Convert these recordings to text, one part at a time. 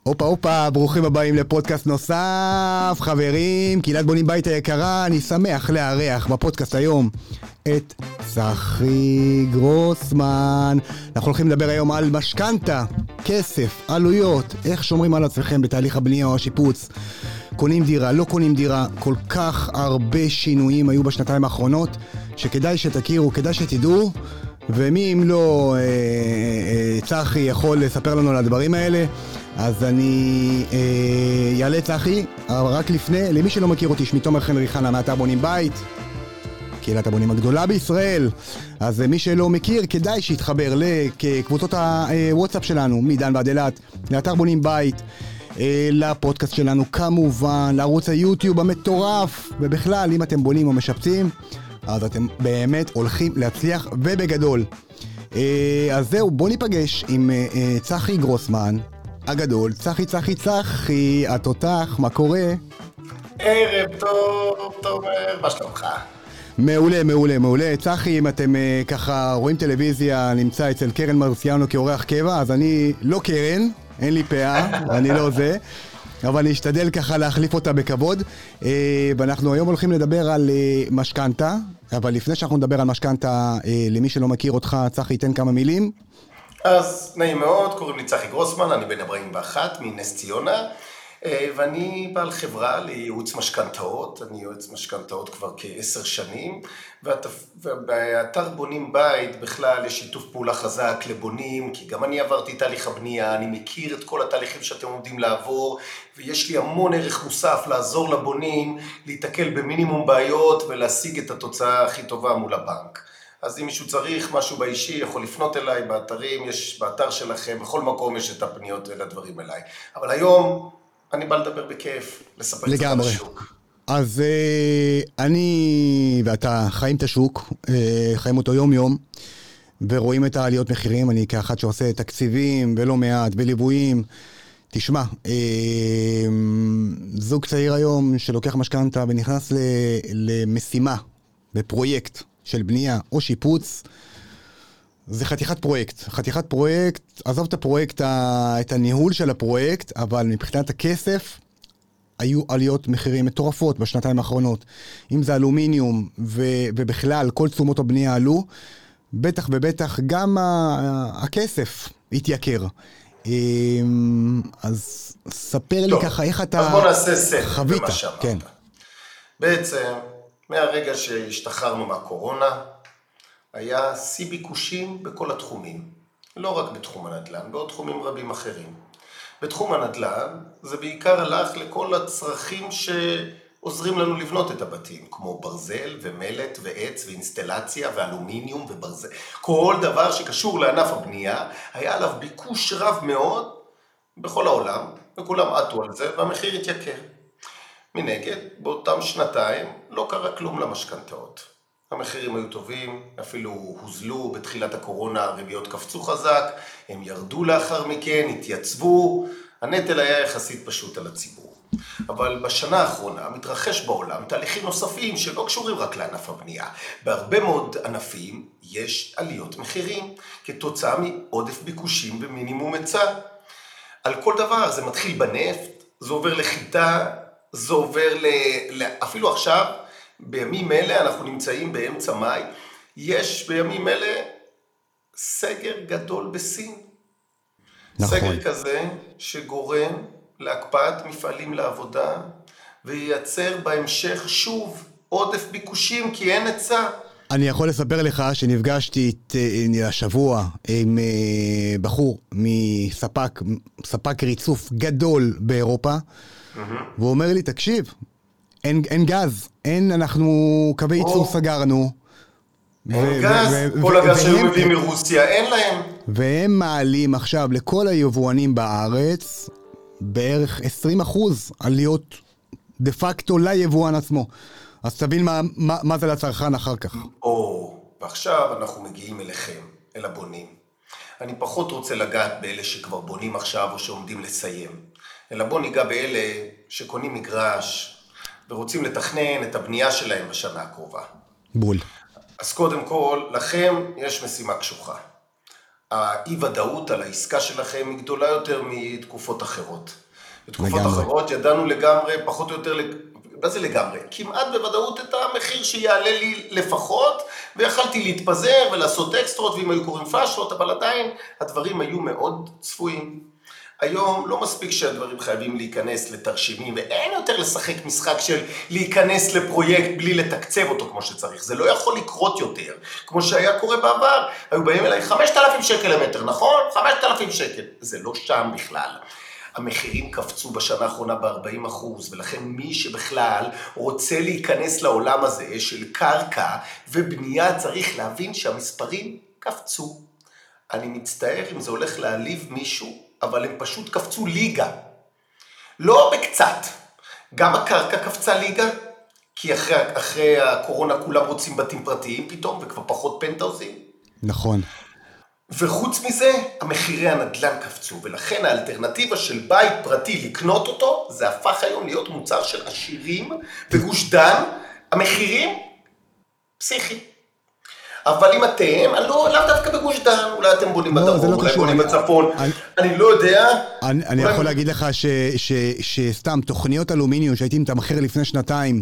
הופה, ברוכים הבאים לפודקאסט נוסף, חברים, קהילת בונים בית היקרה, אני שמח לארח בפודקאסט היום את צחי גרוסמן. אנחנו הולכים לדבר היום על משכנתה, כסף, עלויות, איך שומרים על עצמכם בתהליך הבנייה או השיפוץ, קונים דירה, לא קונים דירה, כל כך הרבה שינויים היו בשנתיים האחרונות, שכדאי שתכירו, כדאי שתדעו, ומי אם לא צחי יכול לספר לנו על הדברים האלה, אז אני יעלה צחי, רק לפני, למי שלא מכיר אותי, שמי תומר חן ריחנה מאתר בונים בית, קהילת הבונים הגדולה בישראל. אז מי שלא מכיר, כדאי שיתחבר לקבוצות הוואטסאפ שלנו, מדן ועד אילת, לאתר בונים בית, לפודקאסט שלנו כמובן, לערוץ היוטיוב המטורף, ובכלל, אם אתם בונים או משפצים, אז אתם באמת הולכים להצליח ובגדול. אז זהו, בוא ניפגש עם צחי גרוסמן הגדול. צחי, התותח, מה קורה? ערב טוב, תומר, מה שלומך? מעולה. צחי, אם אתם ככה רואים טלוויזיה, נמצא אצל קרן מרציאנו כאורח קבע, אז אני לא קרן, אין לי פאה, אני לא זה, אבל אני אשתדל ככה להחליף אותה בכבוד. ואנחנו היום הולכים לדבר על משכנתה, אבל לפני שאנחנו נדבר על משכנתה, למי שלא מכיר אותך, צחי, ייתן כמה מילים. אז נעים מאוד, קוראים לי צחי גרוסמן, אני בן 41 מנס ציונה, ואני בעל חברה לייעוץ משכנתאות. אני יועץ משכנתאות כבר כ10 שנים, ובאתר בונים בית בכלל יש שיתוף פעולה חזק לבונים, כי גם אני עברתי תהליך הבנייה, אני מכיר את כל התהליכים שאתם עומדים לעבור, ויש לי המון ערך מוסף לעזור לבונים, להתקל במינימום בעיות ולהשיג את התוצאה הכי טובה מול הבנק. אז אם מישהו צריך משהו באישי, יכול לפנות אליי באתרים, יש באתר שלכם, בכל מקום יש את הפניות לדברים אליי. אבל היום אני בא לדבר בכיף, לספר קצת על השוק. אז אני ואתה חיים את השוק, חיים אותו יום, ורואים את העליות מחירים. אני כאחד שעושה תקציבים ולא מעט, וליוויים. תשמע, זוג צעיר היום שלוקח משכנתה ונכנס למשימה, בפרויקט של בנייה או שיפוץ, זה חתיכת פרויקט, עזוב את הפרויקט, את הניהול של הפרויקט, אבל מבחינת הכסף, היו עליות מחירים מטורפות בשנתיים האחרונות. אם זה אלומיניום ובכלל, כל תשומות הבנייה עלו, בטח גם הכסף התייקר. אז ספר לי ככה איך אתה אז בוא נעשה סדר חווית. במה שאמרת. כן. בעצם, מהרגע שהשתחררנו מהקורונה, היה שיא ביקושים בכל התחומים. לא רק בתחום הנדל"ן, בעוד תחומים רבים אחרים. בתחום הנדל"ן זה בעיקר הלך לכל הצרכים שעוזרים לנו לבנות את הבתים, כמו ברזל ומלט ועץ ואינסטלציה ואלומיניום וברזל. כל דבר שקשור לענף הבנייה היה עליו ביקוש רב מאוד בכל העולם, וכולם עטו על זה והמחיר התייקר. מנגד, באותם שנתיים לא קרה כלום למשכנתאות. המחירים היו טובים, אפילו הוזלו בתחילת הקורונה, הריביות קפצו חזק, הם ירדו לאחר מכן, התייצבו, הנטל היה יחסית פשוט על הציבור. אבל בשנה האחרונה מתרחש בעולם תהליכים נוספים שלא קשורים רק לענף הבנייה. בהרבה מאוד ענפים יש עליות מחירים, כתוצאה מעודף ביקושים ומינימום היצע. על כל דבר, זה מתחיל בנפט, זה עובר לחיטה, זה עובר אפילו עכשיו, בימים אלה, אנחנו נמצאים באמצע מאי, יש בימים אלה סגר גדול בסין. נכון. סגר כזה שגורם להקפאת מפעלים לעבודה, וייצר בהמשך שוב עודף ביקושים, כי אין היצע. אני יכול לספר לך שנפגשתי השבוע עם בחור מספק ריצוף גדול באירופה, והוא אומר לי, תקשיב, אין גז, אנחנו קווי ייצור סגרנו. אין גז, כל הגז שהם מביאים מרוסיה, אין להם. והם מעלים עכשיו לכל היבואנים בארץ בערך 20% עליות דה פקטו ליבואן עצמו. אז תבין מה זה לצרכן אחר כך. ועכשיו אנחנו מגיעים אליכם, אל הבונים. אני פחות רוצה לגעת באלה שכבר בונים עכשיו או שעומדים לסיים. אלא בוא ניגע באלה שקונים מגרש, ורוצים לתכנן את הבנייה שלהם בשנה הקרובה. בול. אז קודם כל, לכם יש משימה קשוחה. האי-ודאות על העסקה שלכם היא גדולה יותר מתקופות אחרות. בתקופות אחרות ידענו לגמרי, פחות או יותר, מה זה לגמרי? כמעט בוודאות את המחיר שיעלה לי לפחות, ויכלתי להתפזר ולעשות אקסטרות, ואם היו קוראים פלשות, אבל עדיין הדברים היו מאוד צפויים. היום לא מספיק שהדברים חייבים להיכנס לתרשימים, ואין יותר לשחק משחק של להיכנס לפרויקט בלי לתקצב אותו כמו שצריך. זה לא יכול לקרות יותר, כמו שהיה קורה בעבר. היו באים אליי 5,000 שקל למטר, נכון? 5,000 שקל. זה לא שם בכלל. המחירים קפצו בשנה האחרונה ב-40%, ולכן מי שבכלל רוצה להיכנס לעולם הזה של קרקע ובנייה צריך להבין שהמספרים קפצו. אני מצטער אם זה הולך להעליב מישהו, אבל הם פשוט קפצו ליגה. לא בקצת. גם הקרקע קפצה ליגה, כי אחרי הקורונה כולם רוצים בתים פרטיים פתאום, וכבר פחות פנטהאוזים. נכון. וחוץ מזה, המחירי הנדל"ן קפצו, ולכן האלטרנטיבה של בית פרטי לקנות אותו, זה הפך היום להיות מוצר של עשירים בגוש דן, המחירים פסיכי. אבל אם אתם, לאו דווקא בגוש דן, אולי אתם בונים בדרום, אולי בונים בצפון, אני לא יודע. אני יכול להגיד לך שסתם תוכניות אלומיניום שהייתי מתמחר לפני שנתיים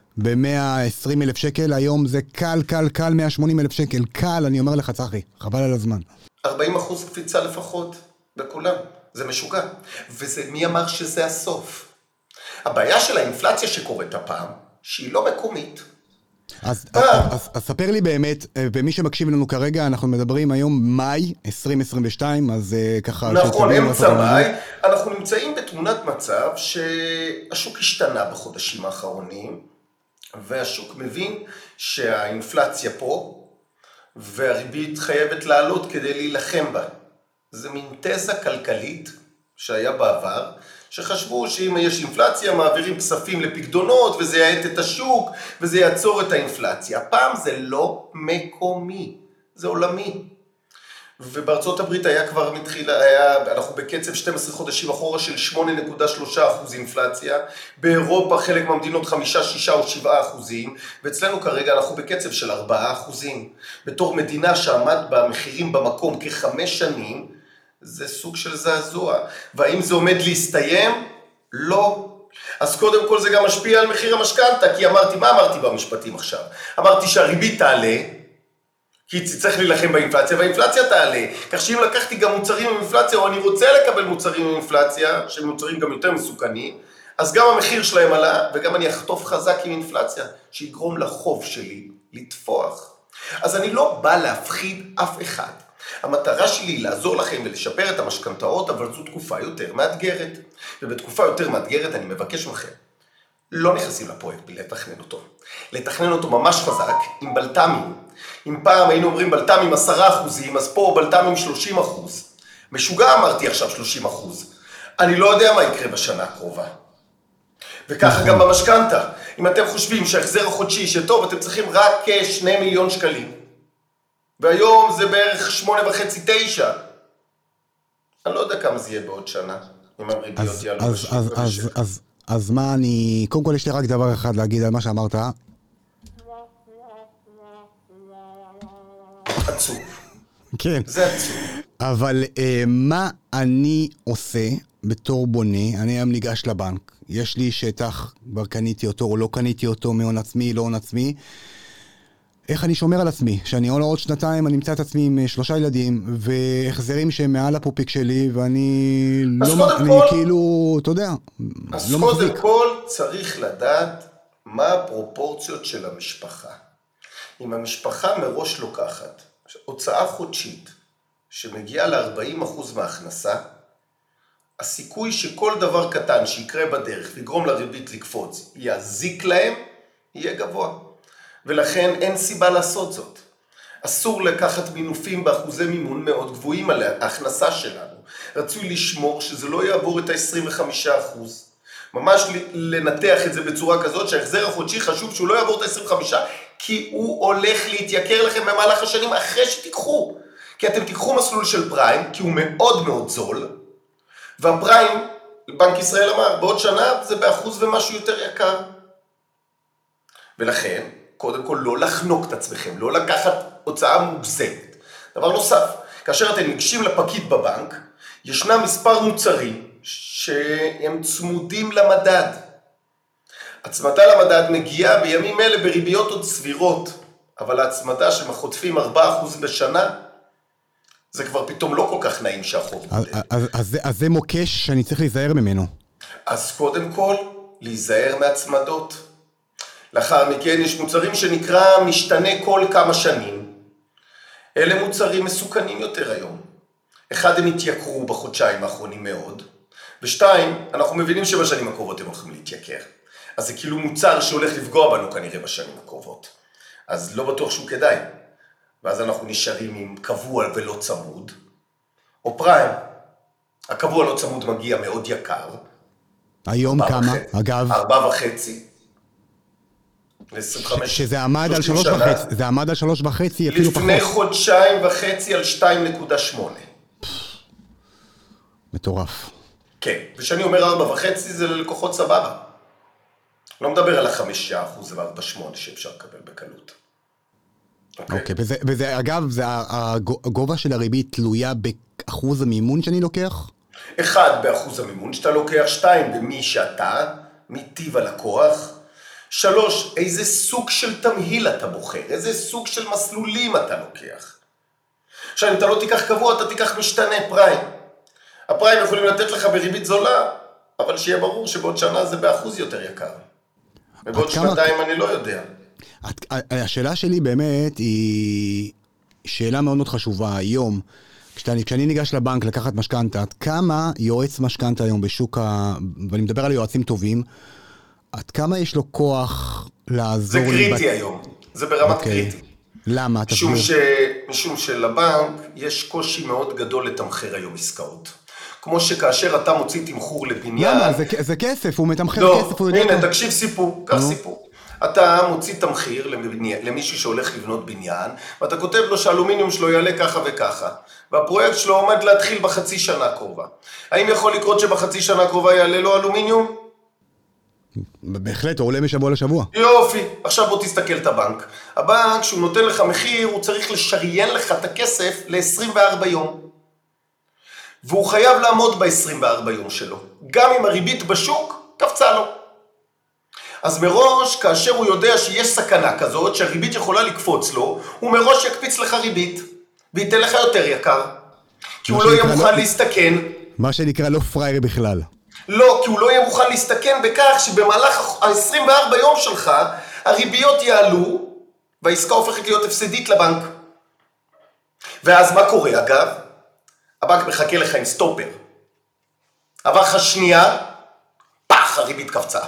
ב-120,000 שקל, היום זה קל 180,000 שקל, קל, אני אומר לך צחי, חבל על הזמן. 40% קפיצה לפחות, בכולם, זה משוגע. ומי אמר שזה הסוף? הבעיה של האינפלציה שקורית הפעם, שהיא לא מקומית. אז ספר לי באמת, ומי שמקשיב לנו כרגע, אנחנו מדברים היום מאי 2022, אז ככה... נכון, אמצע מאי, אנחנו נמצאים בתמונת מצב שהשוק השתנה בחודשים האחרונים, והשוק מבין שהאינפלציה פה, והריבית חייבת לעלות כדי להילחם בה. זה מין תזה כלכלית שהיה בעבר, שחשבו שאם יש אינפלציה, מעבירים כספים לפקדונות, וזה יעט את השוק, וזה יעצור את האינפלציה. הפעם זה לא מקומי, זה עולמי. ובארצות הברית היה כבר אנחנו בקצב 12 חודשים אחורה של 8.3% אינפלציה, באירופה חלק מהמדינות 5, 6 או 7%, ואצלנו כרגע אנחנו בקצב של 4%. בתור מדינה שעמד במחירים במקום כ5 שנים, זה סוג של זעזוע. והאם זה עומד להסתיים? לא. אז קודם כל זה גם משפיע על מחיר המשכנתא, כי מה אמרתי במשפטים עכשיו? אמרתי שהריבית תעלה, כי צריך להילחם באינפלציה, והאינפלציה תעלה. כך שאם לקחתי גם מוצרים עם אינפלציה, או אני רוצה לקבל מוצרים עם אינפלציה, שהם מוצרים גם יותר מסוכנים, אז גם המחיר שלהם עלה, וגם אני אחטוף חזק עם אינפלציה, שיגרום לחוב שלי לתפוח. אז אני לא בא להפחיד אף אחד. המטרה שלי היא לעזור לכם ולשפר את המשכנתאות, אבל זו תקופה יותר מאתגרת. ובתקופה יותר מאתגרת אני מבקש מכם, לא נכנסים לפרויקט בלי לתכנן אותו. לתכנן אותו ממש חזק עם בלת"מים. אם פעם היינו אומרים בלת"מים 10%, אז פה בלת"מים 30%. משוגע אמרתי עכשיו 30%. אני לא יודע מה יקרה בשנה הקרובה. וככה גם במשכנתא. אם אתם חושבים שההחזר החודשי שטוב, אתם צריכים רק כ2 מיליון שקלים. והיום זה בערך 8.5-9. אני לא יודע כמה זה יהיה בעוד שנה, אם הריביות יעלו. אז מה קודם כל יש לי רק דבר אחד להגיד על מה שאמרת. עצוב. כן. זה עצוב. אבל מה אני עושה בתור בונה? אני היום ניגש לבנק. יש לי שטח, כבר קניתי אותו או לא קניתי אותו, מהון עצמי, לא הון עצמי. איך אני שומר על עצמי? שאני עוד שנתיים אני אמצא את עצמי עם 3 ילדים, והחזרים שהם מעל הפופיק שלי, ואני לא, כאילו, אתה יודע, אז לא מחזיק. קודם כל צריך לדעת מה הפרופורציות של המשפחה. אם המשפחה מראש לוקחת הוצאה חודשית שמגיעה ל-40% מההכנסה, הסיכוי שכל דבר קטן שיקרה בדרך ויגרום לריבית לקפוץ, יזיק להם, יהיה גבוה. ולכן אין סיבה לעשות זאת. אסור לקחת מינופים באחוזי מימון מאוד גבוהים על ההכנסה שלנו. רצוי לשמור שזה לא יעבור את ה-25%. ממש לנתח את זה בצורה כזאת שההחזר החודשי חשוב שהוא לא יעבור את ה-25%, כי הוא הולך להתייקר לכם במהלך השנים אחרי שתיקחו. כי אתם תיקחו מסלול של פריים, כי הוא מאוד מאוד זול, והפריים, בנק ישראל אמר, בעוד שנה זה באחוז ומשהו יותר יקר. ולכן, קודם כל לא לחנוק את עצמכם, לא לקחת הוצאה מוגזמת. דבר נוסף, כאשר אתם ניגשים לפקיד בבנק, ישנם מספר מוצרים שהם צמודים למדד. הצמדה למדד מגיעה בימים אלה בריביות עוד סבירות, אבל ההצמדה שמחוטפים 4% בשנה, זה כבר פתאום לא כל כך נעים שהחוב עולה. אז זה מוקש שאני צריך להיזהר ממנו. אז קודם כל, להיזהר מהצמדות. לאחר מכן יש מוצרים שנקרא משתנה כל כמה שנים. אלה מוצרים מסוכנים יותר היום. אחד, הם התייקרו בחודשיים האחרונים מאוד, ושתיים, אנחנו מבינים שבשנים הקרובות הם הולכים להתייקר. אז זה כאילו מוצר שהולך לפגוע בנו כנראה בשנים הקרובות. אז לא בטוח שהוא כדאי. ואז אנחנו נשארים עם קבוע ולא צמוד, או פריים. הקבוע לא צמוד מגיע מאוד יקר. היום כמה, אגב? 4.5. ל-25. שזה עמד על 3.5, זה עמד על 3.5, אפילו פחות. לפני חודשיים וחצי על 2.8. מטורף. כן, ושאני אומר 4.5 זה ללקוחות סבבה. לא מדבר על 5% ו4.8 שאפשר לקבל בקלות. אוקיי, וזה אגב, הגובה של הריבית תלויה באחוז המימון שאני לוקח? 1, באחוז המימון שאתה לוקח, 2, במי שאתה, מטיב הלקוח, 3, איזה סוג של תמהיל אתה בוחר, איזה סוג של מסלולים אתה לוקח. עכשיו, אם אתה לא תיקח קבוע, אתה תיקח משתנה פריים. הפריים יכולים לתת לך בריבית זולה, אבל שיהיה ברור שבעוד שנה זה באחוז יותר יקר. ובעוד שנתיים אני לא יודע. השאלה שלי באמת היא שאלה מאוד מאוד חשובה היום. כשאני ניגש לבנק לקחת משכנתה, עד כמה יועץ משכנתה היום בשוק ואני מדבר על יועצים טובים, עד כמה יש לו כוח לעזור לי? זה קריטי היום, זה ברמת קריטי. למה? משום שלבנק יש קושי מאוד גדול לתמחר היום עסקאות. כמו שכאשר אתה מוציא תמחור לבניין... למה? זה כסף, הוא מתמחר כסף. לא, הנה, תקשיב סיפור, כך סיפור. אתה מוציא תמחיר למישהו שהולך לבנות בניין, ואתה כותב לו שהאלומיניום שלו יעלה ככה וככה, והפרויקט שלו עומד להתחיל בחצי שנה הקרובה. האם יכול לקרות שבחצי שנה הקרובה יעלה לו אלומיניום? בהחלט, הוא עולה משבוע לשבוע. יופי, עכשיו בוא תסתכל את הבנק. הבנק, שהוא נותן לך מחיר, הוא צריך לשריין לך את הכסף ל-24 יום. והוא חייב לעמוד ב-24 יום שלו. גם אם הריבית בשוק, קפצה לו. אז מראש, כאשר הוא יודע שיש סכנה כזאת, שהריבית יכולה לקפוץ לו, הוא מראש יקפיץ לך ריבית, וייתן לך יותר יקר. כי הוא לא יהיה מוכן להסתכן. מה שנקרא לא פרייר בכלל. לא, כי הוא לא יהיה מוכן להסתכן בכך שבמהלך ה-24 יום שלך, הריביות יעלו, והעסקה הופכת להיות הפסדית לבנק. ואז מה קורה אגב? הבנק מחכה לך עם סטופר. עבר לך שנייה, פח, הריבית קפצה.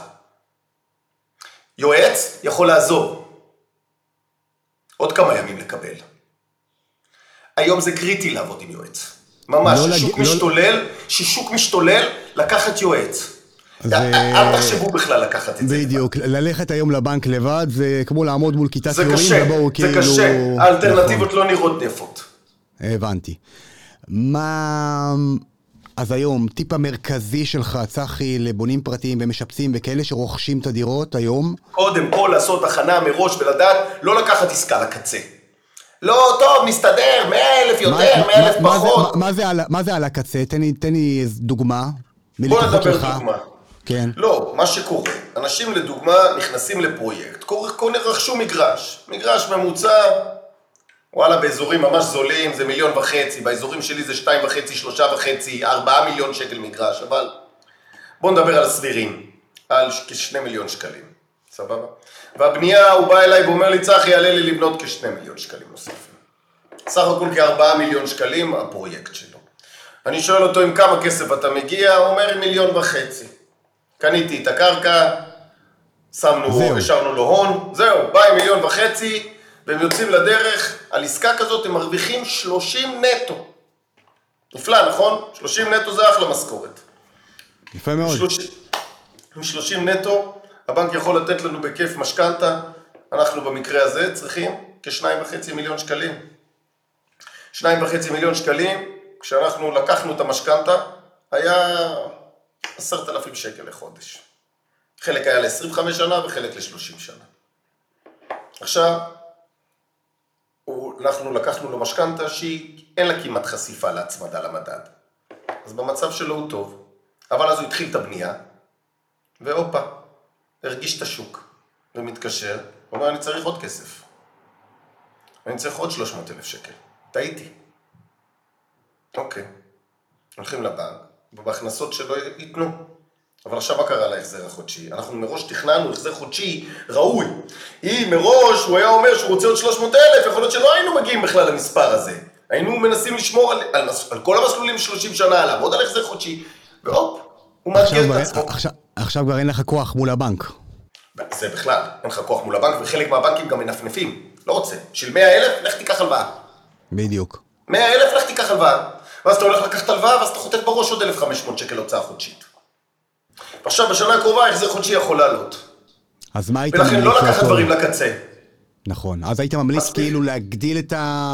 יועץ יכול לעזור. עוד כמה ימים לקבל. היום זה קריטי לעבוד עם יועץ. ממש, ששוק משתולל, לקחת יועץ. אל תחשבו בכלל לקחת את זה. בדיוק, ללכת היום לבנק לבד, זה כמו לעמוד מול כיתת יורים. זה קשה, האלטרנטיבות לא נראות נפות. הבנתי. מה... אז היום, טיפ המרכזי שלך, צחי, לבונים פרטיים ומשפצים וכאלה שרוכשים את הדירות היום? קודם כל לעשות הכנה מראש ולדעת, לא לקחת עסקה לקצה. לא, טוב, נסתדר, 100,000 יותר, 100,000 פחות. מה זה על הקצה? תן לי דוגמה. בוא נדבר דוגמה. כן. לא, מה שקורה, אנשים לדוגמה נכנסים לפרויקט, רכשו מגרש ממוצע, וואלה, באזורים ממש זולים זה 1.5 מיליון, באזורים שלי זה 2.5, 3.5, 4 מיליון שקל מגרש, אבל בוא נדבר על הסבירים, על כ2 מיליון שקלים, סבבה? והבנייה, הוא בא אליי ואומר לי, צחי, יעלה לי לבנות כ2 מיליון שקלים נוספים. סך הכל כ4 מיליון שקלים הפרויקט שלו. אני שואל אותו עם כמה כסף אתה מגיע, הוא אומר 1.5 מיליון. קניתי את הקרקע, השארנו לו הון, זהו, בא עם 1.5 מיליון, והם יוצאים לדרך, על עסקה כזאת הם מרוויחים 30 נטו. נפלא, נכון? 30 נטו זה אחלה משכורת. יפה מאוד. עם 30 נטו, הבנק יכול לתת לנו בכיף משכנתה, אנחנו במקרה הזה צריכים כ2.5 מיליון שקלים. 2.5 מיליון שקלים, כשאנחנו לקחנו את המשכנתה, היה 10,000 שקל לחודש. חלק היה ל-25 שנה וחלק ל-30 שנה. עכשיו, אנחנו לקחנו לו משכנתה שהיא אין לה כמעט חשיפה להצמדה למדד. אז במצב שלו הוא טוב. אבל אז הוא התחיל את הבנייה, והופה, הרגיש את השוק, ומתקשר, הוא אומר, אני צריך עוד כסף. אני צריך עוד 300,000 שקל. טעיתי. אוקיי. הולכים לבנק, ובהכנסות שלו ייתנו. אבל עכשיו מה קרה להחזר החודשי? אנחנו מראש תכננו החזר חודשי ראוי. אם מראש הוא היה אומר שהוא רוצה עוד 300,000, יכול להיות שלא היינו מגיעים בכלל למספר הזה. היינו מנסים לשמור על כל המסלולים 30 שנה, לעבוד על החזר חודשי, והופ, הוא מאתגר את עצמו. עכשיו כבר אין לך כוח מול הבנק. זה בכלל, אין לך כוח מול הבנק, וחלק מהבנקים גם מנפנפים. לא רוצה. של 100,000, לך תיקח הלוואה. בדיוק. 100,000, לך תיקח הלוואה. ואז אתה הולך לקחת הלוואה, ואז אתה חוטט בראש עוד 1,500 שקל הוצאה חודשית. ועכשיו, בשנה הקרובה, החזר חודשי יכול לעלות. אז מה היית ממליץ? ולכן לא לקחת דברים לקצה. נכון. אז היית ממליץ כאילו להגדיל את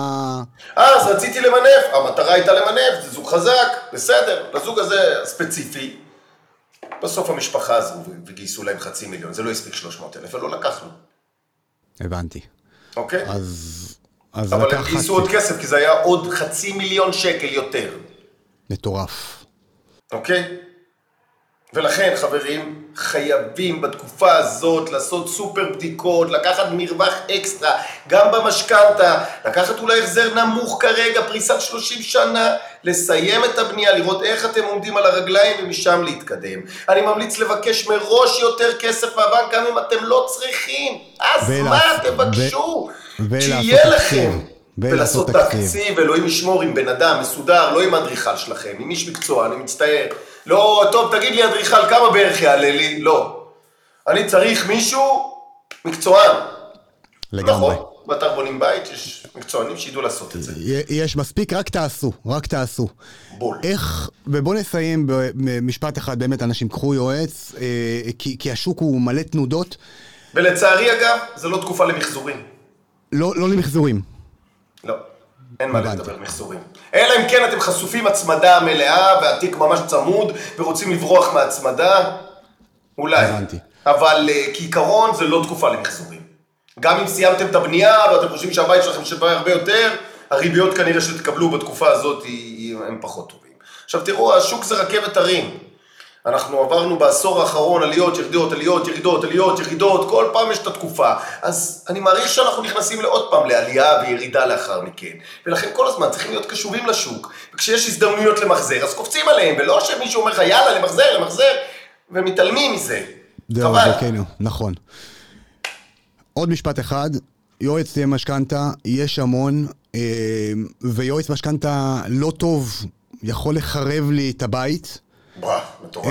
אז רציתי למנף. המטרה הייתה למנף, זה זוג חזק, בסדר. לזוג הזה ספציפי. בסוף המשפחה עזרו וגייסו להם 500,000. זה לא הספיק 300,000, ולא לקחנו. הבנתי. אוקיי? אז אבל הם גייסו עוד כסף, כי זה היה עוד 500,000 שקל יותר. מטורף. אוקיי? ולכן, חברים, חייבים בתקופה הזאת לעשות סופר בדיקות, לקחת מרווח אקסטרה, גם במשכנתה, לקחת אולי החזר נמוך כרגע, פריסת 30 שנה, לסיים את הבנייה, לראות איך אתם עומדים על הרגליים ומשם להתקדם. אני ממליץ לבקש מראש יותר כסף מהבנק, גם אם אתם לא צריכים. אז מה תבקשו? שיהיה לכם. ולעשות תקציב, אלוהים ישמור עם בן אדם מסודר, לא עם אדריכל שלכם, עם איש מקצוע, אני מצטער. לא, טוב, תגיד לי אדריכל, כמה בערך יעלה לי? לא. אני צריך מישהו מקצוען. לגמרי. נכון, באתר בונים בית יש מקצוענים שידעו לעשות את זה. יש מספיק, רק תעשו. בול. ובוא נסיים במשפט אחד, באמת אנשים, קחו יועץ, כי השוק הוא מלא תנודות. ולצערי אגב, זה לא תקופה למחזורים. לא למחזורים. לא, אין מה לדבר מחזורים. אלא אם כן אתם חשופים הצמדה מלאה, והתיק ממש צמוד, ורוצים לברוח מהצמדה, אולי. אבל כעיקרון זה לא תקופה למחזורים. גם אם סיימתם את הבנייה, ואתם חושבים שהבית שלכם שווה הרבה יותר, הריביות כנראה שתקבלו בתקופה הזאת הם פחות טובים. עכשיו תראו, השוק זה רכבת הרים. אנחנו עברנו בעשור האחרון עליות, ירידות, עליות, ירידות, עליות, ירידות, כל פעם יש את התקופה. אז אני מעריך שאנחנו נכנסים לעוד פעם לעלייה וירידה לאחר מכן. ולכן כל הזמן צריכים להיות קשובים לשוק. וכשיש הזדמנויות למחזר, אז קופצים עליהם, ולא שמישהו אומר לך, יאללה, למחזר, ומתעלמים מזה. חבל. נכון. עוד משפט אחד, יועץ משכנתה, יש המון, ויועץ משכנתה לא טוב, יכול לחרב לי את הבית. מטורף.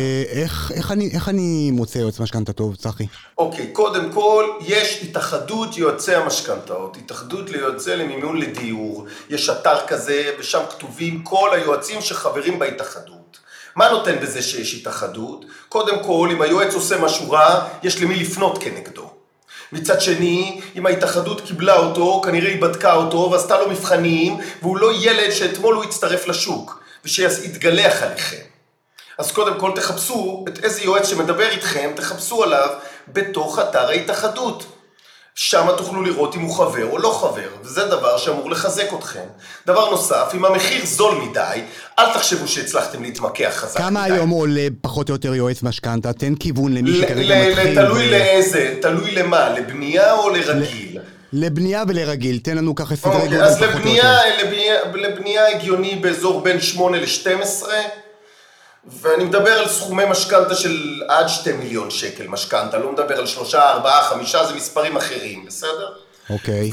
איך אני מוצא יועץ משכנתה טוב, צחי? אוקיי, קודם כל, יש התאחדות יועצי המשכנתאות, התאחדות ליועצי למימון לדיור, יש אתר כזה, ושם כתובים כל היועצים שחברים בהתאחדות. מה נותן בזה שיש התאחדות? קודם כל, אם היועץ עושה משהו רע, יש למי לפנות כנגדו. מצד שני, אם ההתאחדות קיבלה אותו, כנראה היא בדקה אותו, ועשתה לו מבחנים, והוא לא ילד שאתמול הוא יצטרף לשוק, ושיתגלח עליכם. אז קודם כל תחפשו את איזה יועץ שמדבר איתכם, תחפשו עליו בתוך אתר ההתאחדות. שם תוכלו לראות אם הוא חבר או לא חבר, וזה דבר שאמור לחזק אתכם. דבר נוסף, אם המחיר זול מדי, אל תחשבו שהצלחתם להתמקח חזק כמה מדי. היום עולה פחות או יותר יועץ משכנתה? תן כיוון למי שכרגע מתחיל. תלוי לאיזה, תלוי למה, לבנייה או לרגיל? לבנייה ולרגיל, תן לנו ככה סדרי גודל אז פחות או יותר. לבנייה הגיוני באזור בין 8 ל-12, ואני מדבר על סכומי משכנתה של עד 2 מיליון שקל משכנתה, לא מדבר על 3, 4, 5, זה מספרים אחרים, בסדר? אוקיי.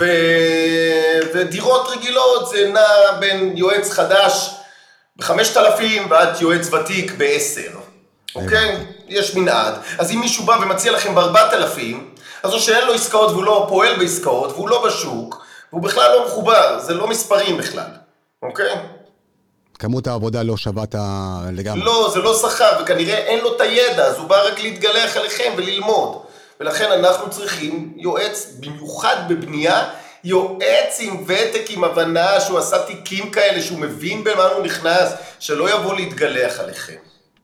ודירות רגילות זה נע בין יועץ חדש ב-5,000 ועד יועץ ותיק ב-10, אוקיי? יש מנעד. אז אם מישהו בא ומציע לכם ב-4,000, אז או שאין לו עסקאות והוא לא פועל בעסקאות, והוא לא בשוק, והוא בכלל לא מחובר, זה לא מספרים בכלל, אוקיי? כמות העבודה לא שווה לגמרי. לא, זה לא שכר, וכנראה אין לו את הידע, אז הוא בא רק להתגלח עליכם וללמוד. ולכן אנחנו צריכים יועץ, במיוחד בבנייה, יועץ עם ותק, עם הבנה, שהוא עשה תיקים כאלה, שהוא מבין במה הוא נכנס, שלא יבוא להתגלח עליכם.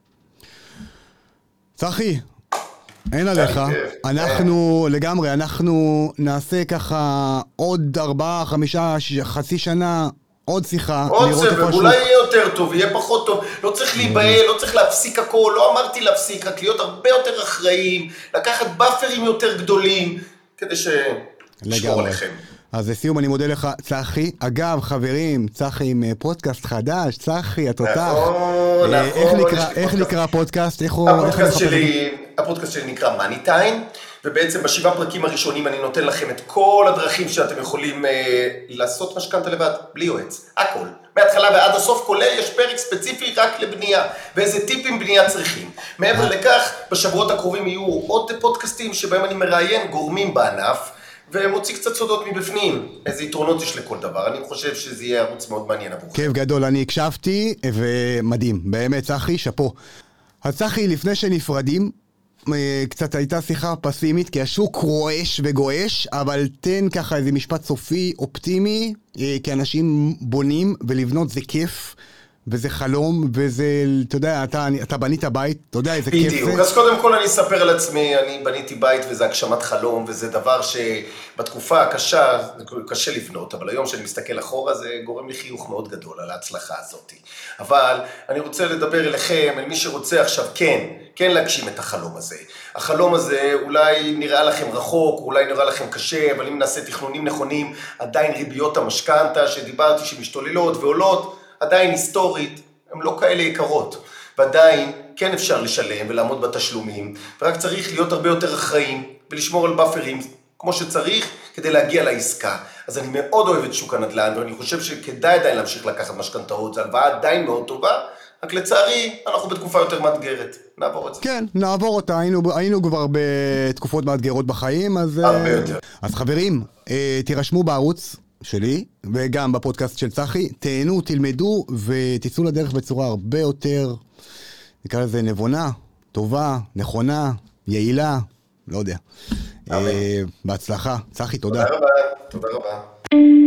צחי, אין עליך, אנחנו לגמרי, אנחנו נעשה ככה עוד 4, 5, חצי שנה, עוד שיחה, עוד סבב, אולי יהיה יותר טוב, יהיה פחות טוב, לא צריך להיבהל, לא צריך להפסיק הכל, לא אמרתי להפסיק, רק להיות הרבה יותר אחראיים, לקחת באפרים יותר גדולים, כדי שנשמור עליכם. אז לסיום אני מודה לך, צחי. אגב, חברים, צחי עם פודקאסט חדש, צחי, התותח. נכון. איך נקרא הפודקאסט? הפודקאסט שלי נקרא Money Time, ובעצם ב7 פרקים הראשונים אני נותן לכם את כל הדרכים שאתם יכולים לעשות משכנתה לבד, בלי יועץ, הכל. מההתחלה ועד הסוף, כולל יש פרק ספציפי רק לבנייה, ואיזה טיפים בנייה צריכים. מעבר לכך, בשבועות הקרובים יהיו עוד פודקאסטים שבהם אני מראיין גורמים בענף, ומוציא קצת סודות מבפנים, איזה יתרונות יש לכל דבר. אני חושב שזה יהיה ערוץ מאוד מעניין עבורכם. כיף גדול, אני הקשבתי, ומדהים, באמת, צחי, שפו. אז צחי, לפני שנפרדים, קצת הייתה שיחה פסימית, כי השוק רועש וגועש, אבל תן ככה איזה משפט סופי, אופטימי, כי אנשים בונים, ולבנות זה כיף, וזה חלום, וזה, אתה יודע, אתה בנית בית, אתה יודע איזה כיף זה. בדיוק, אז קודם כל אני אספר על עצמי, אני בניתי בית וזה הגשמת חלום, וזה דבר שבתקופה הקשה, קשה לבנות, אבל היום שאני מסתכל אחורה, זה גורם לי חיוך מאוד גדול על ההצלחה הזאת. אבל אני רוצה לדבר אליכם, אל מי שרוצה עכשיו, כן להגשים את החלום הזה. החלום הזה אולי נראה לכם רחוק, אולי נראה לכם קשה, אבל אם נעשה תכנונים נכונים, עדיין ריביות המשכנתה שדיברתי שמשתוללות ועולות, עדיין היסטורית, הן לא כאלה יקרות, ועדיין כן אפשר לשלם ולעמוד בתשלומים, ורק צריך להיות הרבה יותר אחראים ולשמור על באפרים כמו שצריך כדי להגיע לעסקה. אז אני מאוד אוהב את שוק הנדל"ן, ואני חושב שכדאי עדיין להמשיך לקחת משכנתאות, זה הלוואה עדיין מאוד טובה, רק לצערי אנחנו בתקופה יותר מאתגרת. נעבור את זה. כן, נעבור אותה, היינו כבר בתקופות מאתגרות בחיים, אז... הרבה יותר. אז חברים, תירשמו בערוץ שלי, וגם בפודקאסט של צחי, תהנו, תלמדו, ותצאו לדרך בצורה הרבה יותר, נקרא לזה נבונה, טובה, נכונה, יעילה, לא יודע. בהצלחה. צחי, תודה. תודה רבה.